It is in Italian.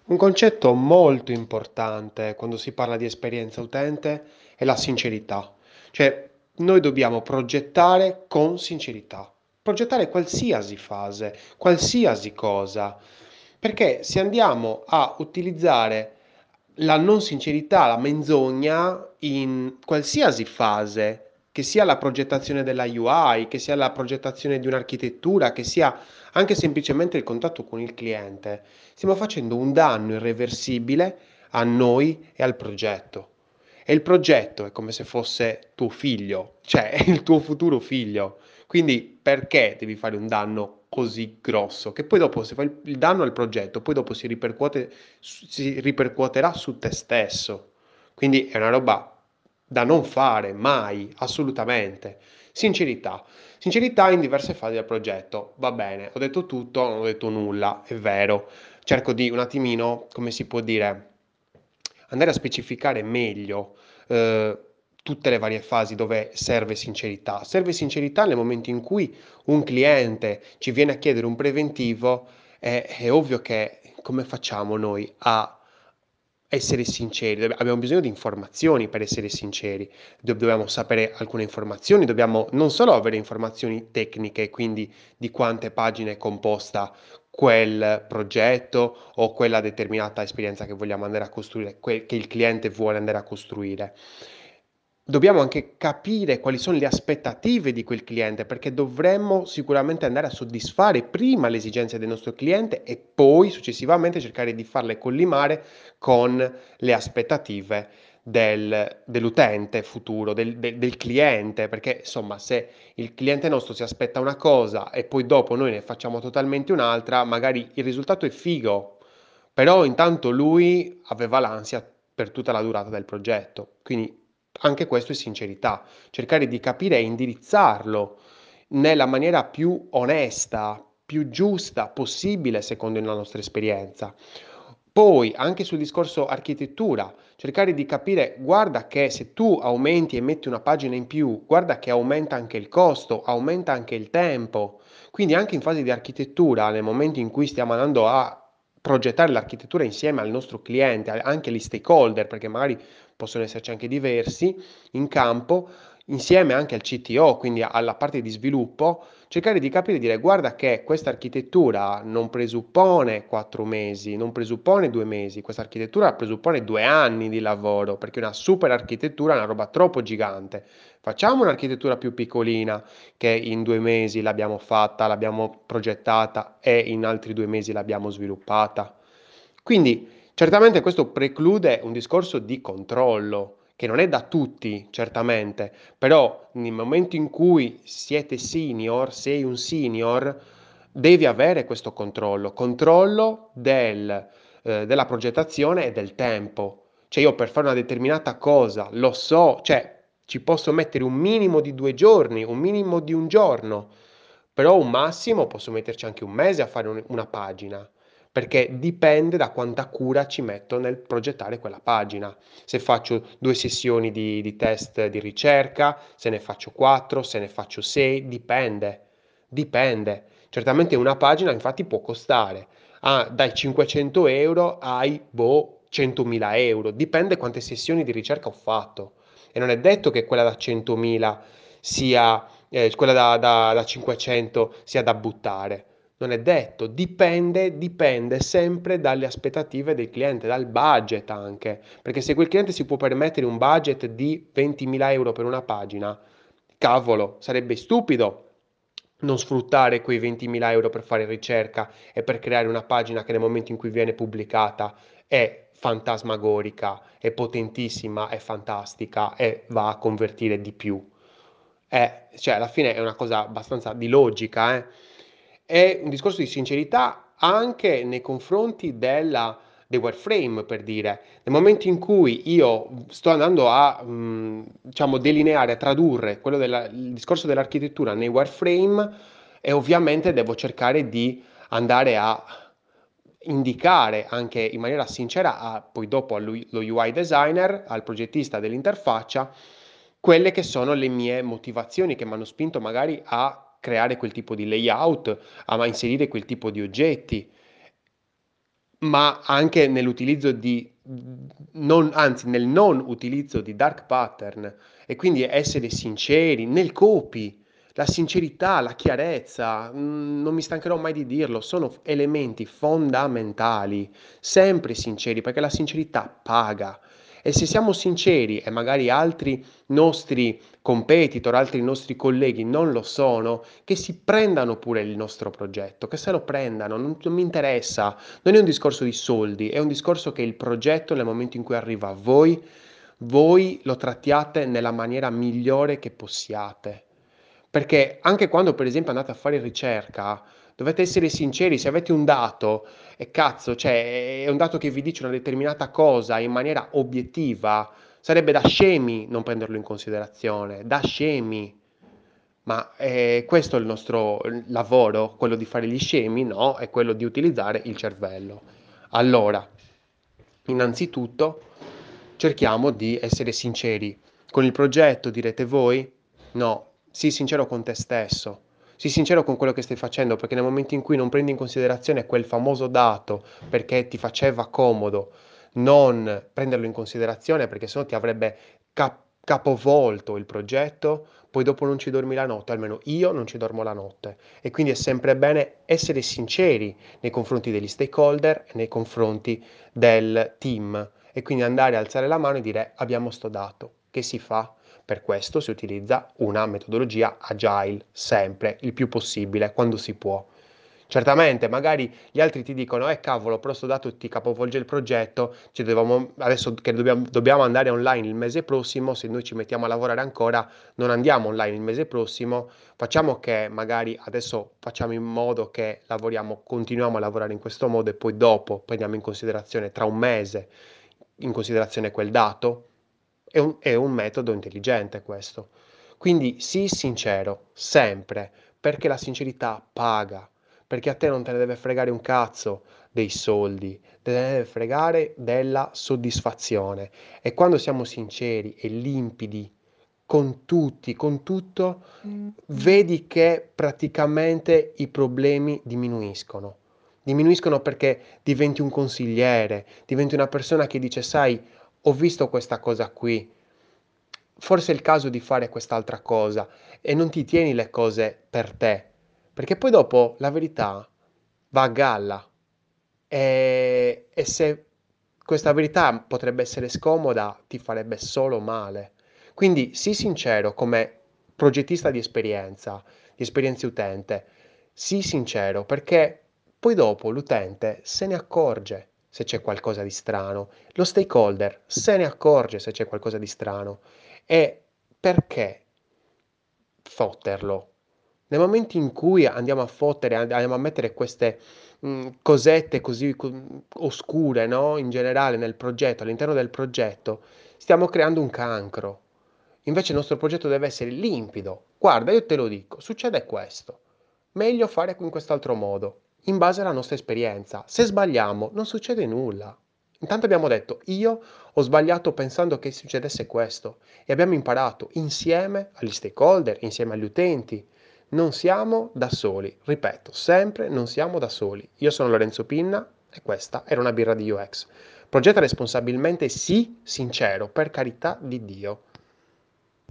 Un concetto molto importante quando si parla di esperienza utente è la sincerità. Cioè, noi dobbiamo progettare con sincerità. Progettare qualsiasi fase, qualsiasi cosa. Perché se andiamo a utilizzare la non sincerità, la menzogna in qualsiasi fase, che sia la progettazione della UI, che sia la progettazione di un'architettura, che sia anche semplicemente il contatto con il cliente, stiamo facendo un danno irreversibile a noi e al progetto. E il progetto è come se fosse tuo figlio, cioè è il tuo futuro figlio. Quindi perché devi fare un danno così grosso? Che poi dopo, se fai il danno al progetto, poi dopo si ripercuoterà su te stesso. Quindi è una roba da non fare mai, assolutamente. Sincerità. Sincerità in diverse fasi del progetto. Va bene, ho detto tutto, non ho detto nulla, è vero. Cerco di un attimino, come si può dire, andare a specificare meglio eh, tutte le varie fasi dove serve sincerità. Serve sincerità nel momento in cui un cliente ci viene a chiedere un preventivo, è ovvio che come facciamo noi a essere sinceri? Abbiamo bisogno di informazioni per essere sinceri. Dobbiamo sapere alcune informazioni, dobbiamo non solo avere informazioni tecniche, quindi di quante pagine è composta quel progetto o quella determinata esperienza che vogliamo andare a costruire, che il cliente vuole andare a costruire. Dobbiamo anche capire quali sono le aspettative di quel cliente, perché dovremmo sicuramente andare a soddisfare prima le esigenze del nostro cliente e poi successivamente cercare di farle collimare con le aspettative dell'utente futuro, del cliente, perché insomma se il cliente nostro si aspetta una cosa e poi dopo noi ne facciamo totalmente un'altra, magari il risultato è figo, però intanto lui aveva l'ansia per tutta la durata del progetto. Quindi anche questo è sincerità, cercare di capire e indirizzarlo nella maniera più onesta, più giusta possibile secondo la nostra esperienza. Poi, anche sul discorso architettura, cercare di capire, guarda che se tu aumenti e metti una pagina in più, guarda che aumenta anche il costo, aumenta anche il tempo. Quindi anche in fase di architettura, nel momento in cui stiamo andando a progettare l'architettura insieme al nostro cliente, anche gli stakeholder, perché magari possono esserci anche diversi in campo, insieme anche al CTO, quindi alla parte di sviluppo, cercare di capire e dire guarda che questa architettura non presuppone 4 mesi, non presuppone 2 mesi, questa architettura presuppone 2 anni di lavoro, perché una super architettura è una roba troppo gigante. Facciamo un'architettura più piccolina che in 2 mesi l'abbiamo fatta, l'abbiamo progettata e in altri 2 mesi l'abbiamo sviluppata. Quindi certamente questo preclude un discorso di controllo, che non è da tutti, certamente, però nel momento in cui siete senior, sei un senior, devi avere questo controllo, controllo della progettazione e del tempo. Cioè io per fare una determinata cosa lo so, cioè ci posso mettere un minimo di 2 giorni, un minimo di un giorno, però un massimo posso metterci anche un mese a fare una pagina, perché dipende da quanta cura ci metto nel progettare quella pagina. Se faccio 2 sessioni di test di ricerca, se ne faccio 4, se ne faccio 6, dipende, dipende. Certamente una pagina infatti può costare dai 500 euro ai 100.000 euro, dipende quante sessioni di ricerca ho fatto. E non è detto che quella da 100.000 sia, quella da 500 sia da buttare. Non è detto, dipende sempre dalle aspettative del cliente, dal budget anche, perché se quel cliente si può permettere un budget di 20.000 euro per una pagina, cavolo, sarebbe stupido non sfruttare quei 20.000 euro per fare ricerca e per creare una pagina che nel momento in cui viene pubblicata è fantasmagorica, è potentissima, è fantastica e va a convertire di più. Cioè, alla fine è una cosa abbastanza di logica, eh. È un discorso di sincerità anche nei confronti dei wireframe, per dire. Nel momento in cui io sto andando a, diciamo, delineare, a tradurre il discorso dell'architettura nei wireframe, e ovviamente devo cercare di andare a indicare anche in maniera sincera poi dopo allo UI designer, al progettista dell'interfaccia, quelle che sono le mie motivazioni che mi hanno spinto magari a creare quel tipo di layout, a inserire quel tipo di oggetti. ma anche nell'utilizzo di non anzi nel non utilizzo di dark pattern e quindi essere sinceri nel copy. La sincerità, la chiarezza, non mi stancherò mai di dirlo, sono elementi fondamentali. Sempre sinceri, perché la sincerità paga. E se siamo sinceri e magari altri nostri competitor, altri nostri colleghi non lo sono, che si prendano pure il nostro progetto, che se lo prendano, non mi interessa. Non è un discorso di soldi, è un discorso che il progetto nel momento in cui arriva a voi, voi lo trattiate nella maniera migliore che possiate. Perché anche quando per esempio andate a fare ricerca, dovete essere sinceri, se avete un dato, e cazzo, cioè è un dato che vi dice una determinata cosa in maniera obiettiva, sarebbe da scemi non prenderlo in considerazione, da scemi. Ma questo è il nostro lavoro, quello di fare gli scemi? No, è quello di utilizzare il cervello. Allora, innanzitutto, cerchiamo di essere sinceri. Con il progetto direte voi? No, sii sincero con te stesso. Sii sincero con quello che stai facendo, perché nel momento in cui non prendi in considerazione quel famoso dato perché ti faceva comodo non prenderlo in considerazione, perché sennò ti avrebbe capovolto il progetto, poi dopo non ci dormi la notte, almeno io non ci dormo la notte. E quindi è sempre bene essere sinceri nei confronti degli stakeholder e nei confronti del team e quindi andare a alzare la mano e dire abbiamo sto dato, che si fa? Per questo si utilizza una metodologia agile, sempre, il più possibile, quando si può. Certamente, magari gli altri ti dicono, cavolo, però sto dato ti capovolge il progetto, adesso che dobbiamo andare online il mese prossimo, se noi ci mettiamo a lavorare ancora, non andiamo online il mese prossimo, facciamo che magari adesso facciamo in modo che lavoriamo, continuiamo a lavorare in questo modo e poi dopo prendiamo in considerazione tra un mese in considerazione quel dato. È un metodo intelligente questo. Quindi sii sincero, sempre, perché la sincerità paga, perché a te non te ne deve fregare un cazzo dei soldi, te ne deve fregare della soddisfazione. E quando siamo sinceri e limpidi con tutti, con tutto, vedi che praticamente i problemi diminuiscono. Diminuiscono perché diventi un consigliere, diventi una persona che dice, sai, ho visto questa cosa qui, forse è il caso di fare quest'altra cosa e non ti tieni le cose per te, perché poi dopo la verità va a galla e se questa verità potrebbe essere scomoda, ti farebbe solo male. Quindi sii sincero come progettista di esperienze utente, sii sincero perché poi dopo l'utente se ne accorge se c'è qualcosa di strano, lo stakeholder se ne accorge se c'è qualcosa di strano e perché fotterlo? Nel momento in cui andiamo a fottere, andiamo a mettere queste cosette così oscure, no? In generale nel progetto, all'interno del progetto, stiamo creando un cancro. Invece il nostro progetto deve essere limpido. Guarda, io te lo dico, succede questo. Meglio fare in quest'altro modo, in base alla nostra esperienza. Se sbagliamo, non succede nulla. Intanto abbiamo detto, io ho sbagliato pensando che succedesse questo e abbiamo imparato insieme agli stakeholder, insieme agli utenti. Non siamo da soli, ripeto, sempre non siamo da soli. Io sono Lorenzo Pinna e questa era una birra di UX. Progetta responsabilmente, sì, sincero, per carità di Dio.